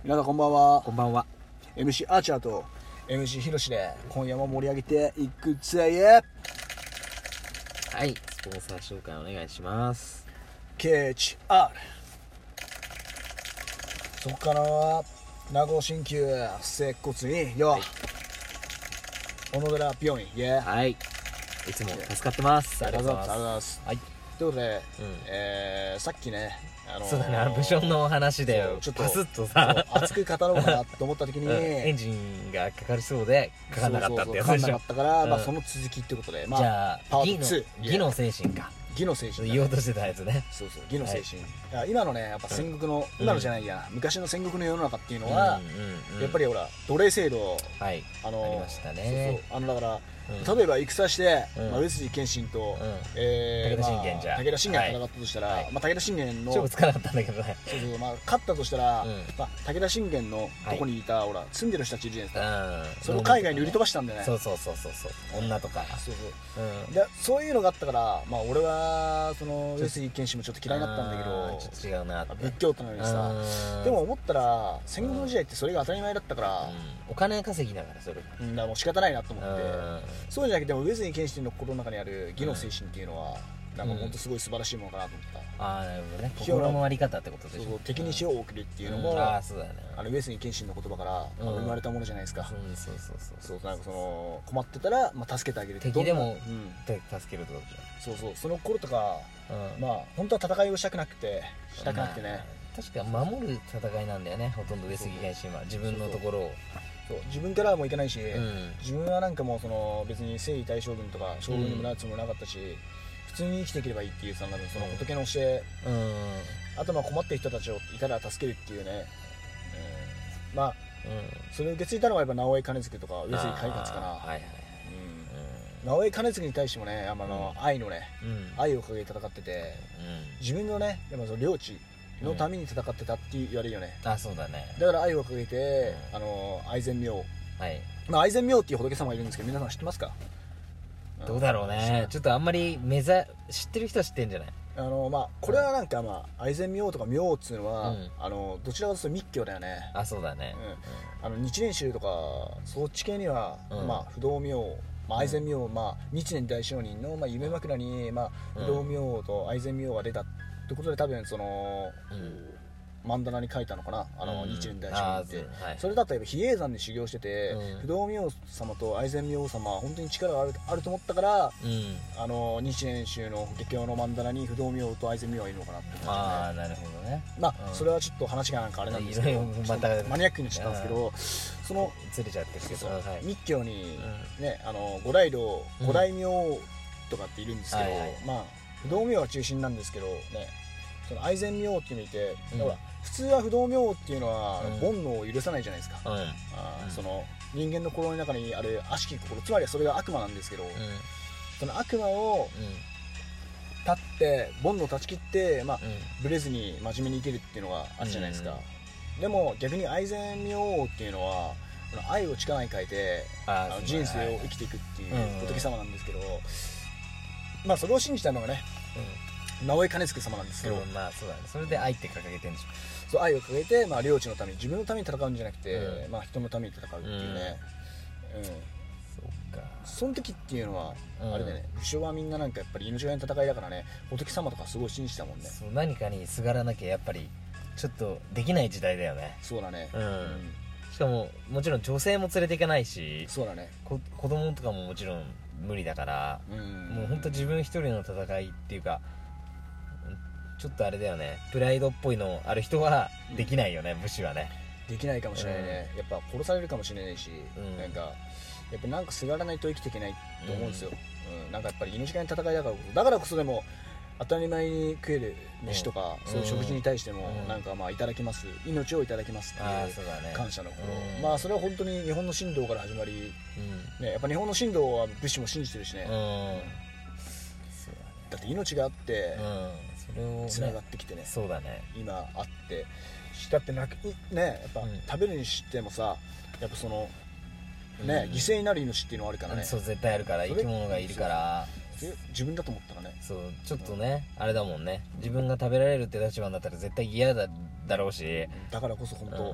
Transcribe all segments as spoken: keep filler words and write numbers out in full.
皆さんこんばんは。 こんばんは。 エムシー アーチャーと エムシー ヒロシで今夜も盛り上げていくぜイ。 はい、スポンサー紹介お願いします。 ケーエイチアール そこからは名護鍼灸接骨院よ、はい、小野寺病院イエー。 はい、いつも助かってます。 ありがとうございます。 はい、 ということで、 うん、 えー、さっきね、あのー、 そうだね、あの武将の話でちょっとパスッとさ熱く語ろうかなと思った時に、うん、 エンジンがかかりそうでかかんなかったってやつでしょ。 かかんなかったから、うん、まあ、その続きってことで、まあ、 じゃあパートツー、 義の精神か。 義の精神、 ね、言おうとしてたやつね。 そうそう、義の精神、はい、今のねやっぱ戦国の、うん、今のじゃないや、昔の戦国の世の中っていうのは、うんうんうん、やっぱりほら奴隷制度、 はい、 あのありましたね。 そうそう、あのだから、うん、例えば戦して、うんまあ、上杉謙信と、うんえー、 武田信玄じゃ、 まあ、武田信玄が戦ったとしたら、はいまあ、武田信玄の勝負つかなかったんだけどね。 そうそう、まあ、勝ったとしたら、うんまあ、武田信玄のとこにいた、はい、ほら住んでる人たちいるじゃないですか、うん、それを海外に売り飛ばしたんだよね。 そうそうそうそうそう、女とか。そうそう、うん、でそういうのがあったから、まあ、俺はその上杉謙信もちょっと嫌いになったんだけど、 ちょっと違うなって、 仏教徒なのにさ。でも思ったら戦国の時代ってそれが当たり前だったから、うん、 お金稼ぎだからそれ、 うん、だからもう仕方ないなと思って、そうじゃなくても上杉謙信の心の中にある義の精神っていうのは、うん、なんか本当すごい素晴らしいものかなと思った。 ああ、なるほどね。心のあり方ってことでしょ。そう敵に塩を送るっていうのも、うん、 あそうだね、あの上杉謙信の言葉から、うん、生まれたものじゃないですか。 うん、そうそうそうそう、なんかその困ってたら、まあ、助けてあげる。 敵でも、うん、助けるってことじゃん。 そうそう、その頃とか、うん、まあ本当は戦いをしたくなくてしたくなくてね、 まあ、確か守る戦いなんだよね、ほとんど上杉謙信は自分のところを。 そう自分からはもういけないし、うん、自分はなんかもうその別に征夷大将軍とか将軍にもなるつもりなかったし、うん、普通に生きていければいいっていうその仏の教え、うん、あとまあ困ってる人たちをいたら助けるっていうね、うん、まあ、うん、それを受け継いだのはやっぱ直江兼続とか上杉海勝かな。はいはい、うん、直江兼続に対してもね、あの、うん、愛のね、うん、愛をかけて戦ってて、うん、自分のね、でもその領地のために戦ってたって言われるよね、 うん、あ、そうだね。 だから愛をかけて、うん、あの愛染明、はい、まあ、愛染明っていう仏様がいるんですけど、皆さん知ってますか？ どうだろうね、ちょっとあんまり目ざ知ってる人は知ってんじゃない。 あのまあこれはなんか、まあ愛染明とか明っていうのは、うん、あのどちらかというと密教だよね。 あ、そうだね、 うん、あの日蓮宗とかそっち系には、うん、まあ不動明、まあ、愛染明、まあ、日蓮大聖人の、まあ、夢枕に、まあ、不動明と愛染明が出たってことで、多分その、うん曼荼羅に書いたのかな、あの、うん、日蓮大聖人って、はい、それだとやっぱ比叡山で修行してて、うん、不動明様と愛染明様は本当に力がある、あると思ったから、うん、あの日蓮宗の法華経の曼荼羅に不動明と愛染明がいるのかなって思って、ね、 ああ、なるほどね。 まあ、うん、それはちょっと話がなんかあれなんですけど、またマニアックにしちゃったんですけど、そのずれちゃってるけど、はい、 密教に、ね、あの五大道、五大明とかっているんですけど、はいはい、まあ不動明が中心なんですけどね、その愛染明っていうのいて、うん、ほら普通は不動明っていうのは煩悩を許さないじゃないですか、うん、あその人間の心の中にある悪しき心、つまりはそれが悪魔なんですけど、うん、その悪魔を断って煩悩を断ち切って、まあうん、ブレずに真面目に生きるっていうのがあるじゃないですか、うん、でも逆に愛染明っていうのは愛を力に変えてあの人生を生きていくっていう仏様なんですけど、まあそれを信じたのがね、うん、直江兼続様なんですけど、 まあそうだね、それで愛って掲げてるんでしょ。 そう、愛を掲げて、まあ、領地のために、自分のために戦うんじゃなくて、うん、まあ、人のために戦うっていうね、うん、うん、そっか。その時っていうのは、うん、あれだね、武将はみんななんかやっぱり命がけの戦いだからね、仏様とかすごい信じたもんね。 そう、何かにすがらなきゃやっぱりちょっとできない時代だよね。 そうだね、 うん、うん、しかももちろん女性も連れていかないし、 そうだね、 こ子供とかももちろん無理だから、うん、もう本当自分一人の戦いっていうか、ちょっとあれだよね、プライドっぽいのある人はできないよね、うん、武士はねできないかもしれないね、うん、やっぱ殺されるかもしれないし、うん、なんかやっぱなんかすがらないと生きていけないと思うんですよ、うんうん、なんかやっぱり命がけの戦いだからこそ、だからこそでも当たり前に食える飯とか、うん、そういう食事に対しても、うん、なんかまあいただきます、命をいただきますっていう感謝の心、ね、まあそれは本当に日本の神道から始まり、うんね、やっぱ日本の神道は武士も信じてるしね、うんうん、だって命があって、うん、つながってきてね、 そうだね、 今あってだってなくね、やっぱ、うん、食べるにしてもさ、やっぱそのね、うん、犠牲になる命っていうのはあるからね、 そう絶対あるから、生き物がいるから、 自分だと思ったらね、 そうちょっとね、うん、あれだもんね、自分が食べられるって立場になったら絶対嫌だだろうし、 だからこそ本当、うん、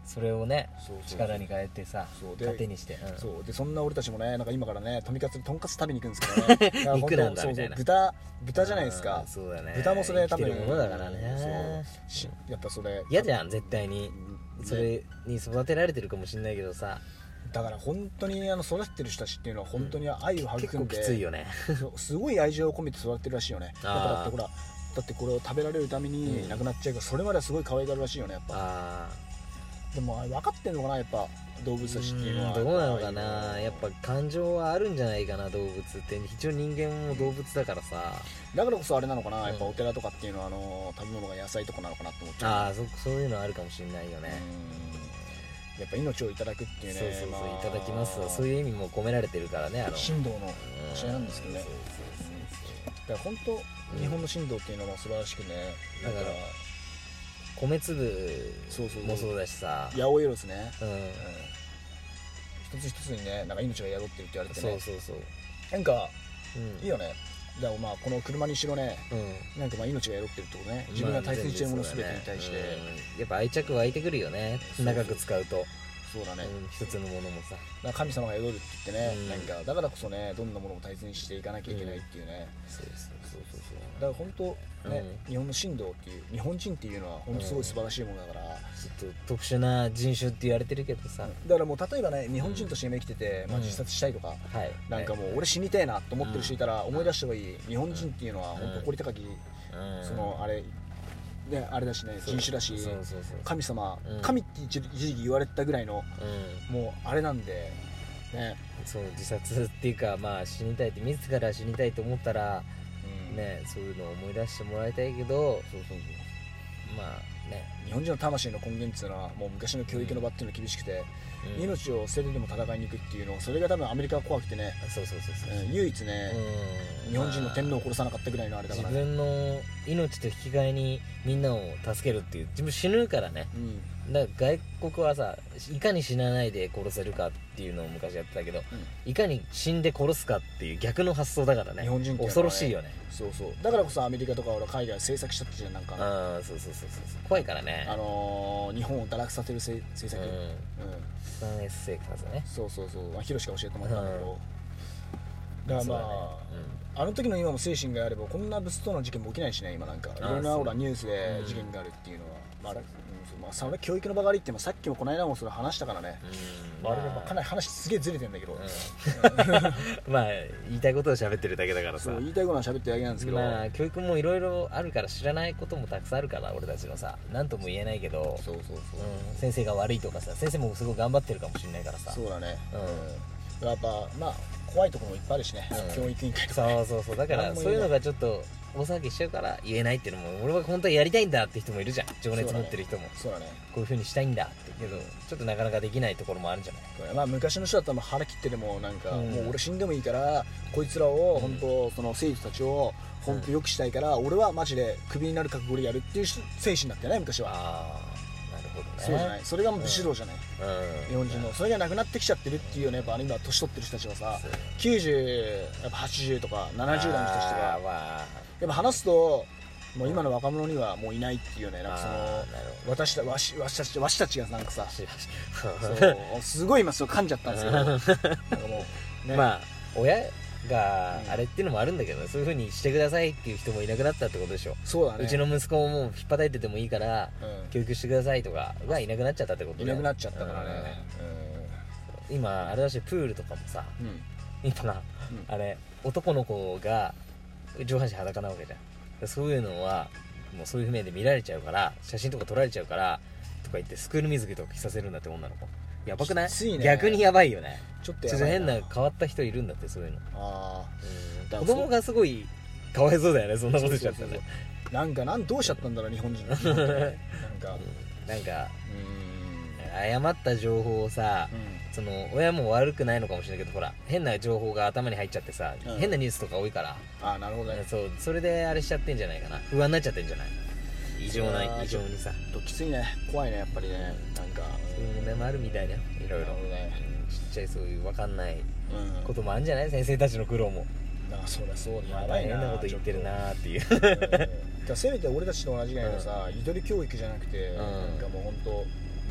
それをねそうそうそう力に変えてさそうで糧にして、うん、 そうでそんな俺たちもねなんか今からねとんかつとんかつ食べに行くんですけどね肉なんだそうみたいなそう豚豚じゃないですか。 そうだね、 豚もそれ多分生きてるものだからね。 そうしやっぱそれ嫌じゃん絶対に、 ねそれに育てられてるかもしれないけどさ、 だから本当にあの育ててる人たちっていうのは本当に愛を育んで、 結構きついよねそうすごい愛情を込めて育ててるらしいよね。だからだってほらだってこれを食べられるために亡くなっちゃうから、それまではすごい可愛がるらしいよねやっぱ。 あでもあれ分かってんのかなやっぱ動物たちっていうのは。 どうなのかな、やっぱ感情はあるんじゃないかな動物って一応人間も動物だからさ。 だからこそあれなのかな、 うんやっぱお寺とかっていうのはあの食べ物が野菜とかなのかなと思っちゃう。 ああ そ, そういうのあるかもしれないよね。 やっぱ命をいただくっていうね。 そうそうそう、 まあ、 いただきますわ、そういう意味も込められてるからね、あの神道の教えなんですけどね。 そうそうそうだから本当日本の神道っていうのも素晴らしくね、 だからなん米粒そうそうそうもそうだしさ、 八百万ね、 うん、 うん、一つ一つにねなんか命が宿ってるって言われてね、 そうそうそう、 なんかうん、 いいよね。だからまあこの車にしろね、 うん、 なんかまあ命が宿ってるってことね。自分が大切にしてるもの全てに対して、 まあ全部そうだね、うん、やっぱ愛着湧いてくるよね、 そうそう長く使うと。 そうだね、 うん、一つのものもさ、 だから神様が宿るって言ってね、 うんなんかだからこそねどんなものも大切にしていかなきゃいけないっていうね、 そうそうそうそうそう、 だから本当ね、 うん日本の神道っていう日本人っていうのは本当すごい素晴らしいものだから、 ちょっと特殊な人種って言われてるけどさ、 だからもう例えばね日本人として今生きてて、 うんまあ、自殺したいとか、 はい、 なんかもうはい俺死にたいなと思ってる人いたら思い出した方がいい。日本人っていうのはうん本当誇り高き、 うん、 そのあれねあれだしね、人種だし、 そうそうそう、 神様、 うん神って一時期言われたぐらいのうん、 もうあれなんでね、 そう自殺っていうか、まあ死にたいって自ら死にたいと思ったらうんね、そういうのを思い出してもらいたいけど、 そうそうそうまあね、 日本人の魂の根源っていうのはもう昔の教育の場っていうのが厳しくて、 うん命を捨ててでも戦いに行くっていうの、それが多分アメリカが怖くてね、 そうそうそうそう、 うん唯一ね、 うん日本人の天皇をまあ殺さなかったぐらいのあれだから、 自分の命と引き換えにみんなを助けるっていう、自分死ぬからね。 うんだから外国はさ、いかに死なないで殺せるかっていうのを昔やってたけど、いかに死んで殺すかっていう逆の発想だからね。 日本人っていうのはね恐ろしいよね。 そうそう、だからこそアメリカとか俺海外制作したってじゃん、なんかああ、そうそうそうそう、怖いからね。 あのー日本を堕落させる制制作、 うん、 うんスリーエス生活ね。 そうそうそう、まあ、ヒロシが教えてもらったんだけど、だからまあ、 そうだね、 あの時の今も精神があればこんな物騒な事件も起きないしね、今なんかいろんなそうほらニュースで事件があるっていうのは、まあ、うんまあ、それ教育の場が悪いってもさっきもこの間もそれ話したからね、 うん、 まあ、あれでかなり話すげえずれてんだけど、 うん、まあ言いたいことを喋ってるだけだからさ、 そう言いたいことは喋ってるだけなんですけど、 まあ教育もいろいろあるから知らないこともたくさんあるから俺たちのさ、何とも言えないけど、 そうそうそう、 うん、先生が悪いとかさ、先生もすごい頑張ってるかもしれないからさ、 そうだね、 うんうん、やっぱまあ怖いところもいっぱいあるしね、 うん教育委員会とか、 そうそうそう、だからそういうのがちょっと大騒ぎしちゃうから言えないっていうのも、俺は本当はやりたいんだって人もいるじゃん、情熱持ってる人も、 そうだね、 こういう風にしたいんだってけど、ちょっとなかなかできないところもあるんじゃない。 これまあ昔の人だったらもう腹切ってでもなんか、 うんもう俺死んでもいいからこいつらを本当、その生徒たちを本当良くしたいから、俺はマジでクビになる覚悟でやるっていう精神だったよね昔は。 ああ、なるほどね。 そうじゃない、それがもう武士道じゃない、 うん、 日本人のそれがなくなってきちゃってるっていうよね。やっぱ今年取ってる人たちはさ、 そうきゅうじゅうやっぱはちじゅうとかななじゅう代の人たちとかあーまあやっぱ話すともう今の若者にはもういないっていうよね。なんかそのあーなるほ私たわしわしたちわしたちがなんかさどそうすごい今そう噛んじゃったんですけどなんかもう、ね、 まあ親があれっていうのもあるんだけど、そういう風にしてくださいっていう人もいなくなったってことでしょ。 そうだね、 うちの息子ももう引っ叩いててもいいからうん教育してくださいとかがいなくなっちゃったってことだよいなくなっちゃったからね、 うん今あれだし、プールとかもさ、 うんうん今な、 うんあれ男の子が上半身裸なわけじゃん。そういうのはもうそういう面で見られちゃうから写真とか撮られちゃうからとか言ってスクール水着とか着させるんだって、女の子やばくない？ きついね。 逆にやばいよね。 ちょっとちょっとやばいな。 変な変わった人いるんだって、そういうの。 あうんだから子供がすごいかわいそうだよね、そんなことしちゃったらね。 あなんかなんどうしちゃったんだろう日本人なんかうんなんかう誤った情報をさ、 んその親も悪くないのかもしれないけど、ほら変な情報が頭に入っちゃってさ、 うん変なニュースとか多いから、 ああなるほどね。 そうそれであれしちゃってんじゃないかな、不安になっちゃってんじゃない、異常それはな異常にさ、 ときついね、怖いねやっぱりね。なんかそういう問題もあるみたいだよ、いろいろ。 なるほどねうんちっちゃいそういう分かんないうんこともあるんじゃない、先生たちの苦労も。 あそりゃそうだ、やば大いな。 変なこと言ってるなーっていう。 ちょっとうんだからせめて俺たちと同じぐらいのさ、ゆとり教育じゃなくて、 んなんかもう本当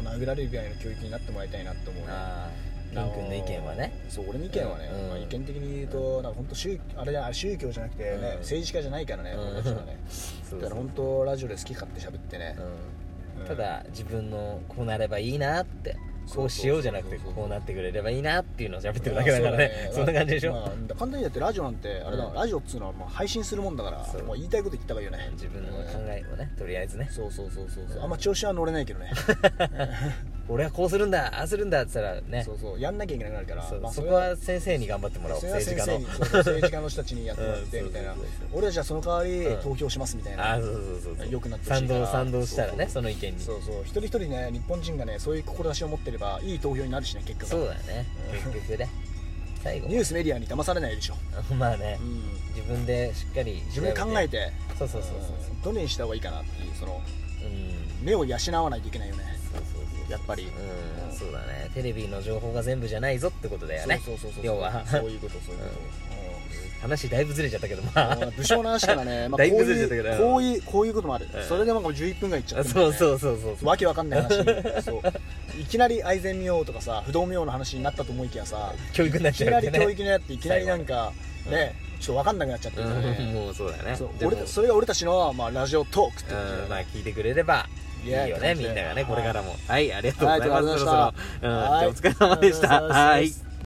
殴られるぐらいの教育になってもらいたいなと思うね。 ああ、ケン君の意見はね。 そう、俺の意見はね、 うんまあ、意見的に言うとなんか本当宗あれじゃない宗教じゃなくてね、 うん、 政治家じゃないからね、 うん俺たちはね。 そうそうだから本当ラジオで好き勝手喋ってね。 うんうんただ自分のこうなればいいなって、こうしようじゃなくてこうなってくれればいいなっていうのを喋ってるだけだからね。そんな感じでしょ。 まあ、簡単にだってラジオなんてあれだ、 うんラジオっつうのはもう配信するもんだから、 そうもう言いたいこと言った方がいいよね。 自分の考えをね、とりあえずね。 そうそうそうそうそう、あんま調子は乗れないけどね。 俺はこうするんだ、ああするんだって言ったらね、 そうそう、やんなきゃいけなくなるから、 そうまあ、 そこは先生に頑張ってもらおう。 それは政治家の先生にそうそう政治家の人たちにやってもらってうんみたいな、 そうそうそうそう俺たちはその代わりうん投票しますみたいな、 ああ、そうそうそうそう、 良くなってほしいから賛同賛同したらね、 そその意見に。 そうそう、一人一人ね、日本人がねそういう志を持ってればいい投票になるしね、結果がそうだよね、 うん結局ね。最後ニュースメディアに騙されないでしょ、 まあねう、ん、 自分でしっかり自分で考えて、 そうそうそうそううんどれにした方がいいかなっていう、そのうん目を養わないといけないよね、 そうそうそうやっぱり。 うん、そうだね。テレビの情報が全部じゃないぞってことだよね。 そうそうそうそう、 要はそういうこと、そういうこ話だいぶずれちゃったけど、まと、 あうん武将の話からね、まあ、こだいぶういずれちゃったけどうこういうこういうこともある、 うんそれでなんかじゅういっぷんぐらいいっちゃってるそうそうそうそうそう。 わけわかんない話にそういきなり愛染明王とかさ不動明王の話になったと思いきやさ、 教育になっいきなりちゃうってね。 教育になっていきなりなんかね、ちょっとわかんなくなっちゃってるからうん、 ね、 もうそうだね。 そうでも俺それが俺たちの、まあ、ラジオトークっていううん、まあ聞いてくれればいいいやよね、みんながね、これからも。はい、ありがとうございます。 はいありがとうございましたそろそろうん、じゃあはいお疲れ様でした。 ありがとうございますはい。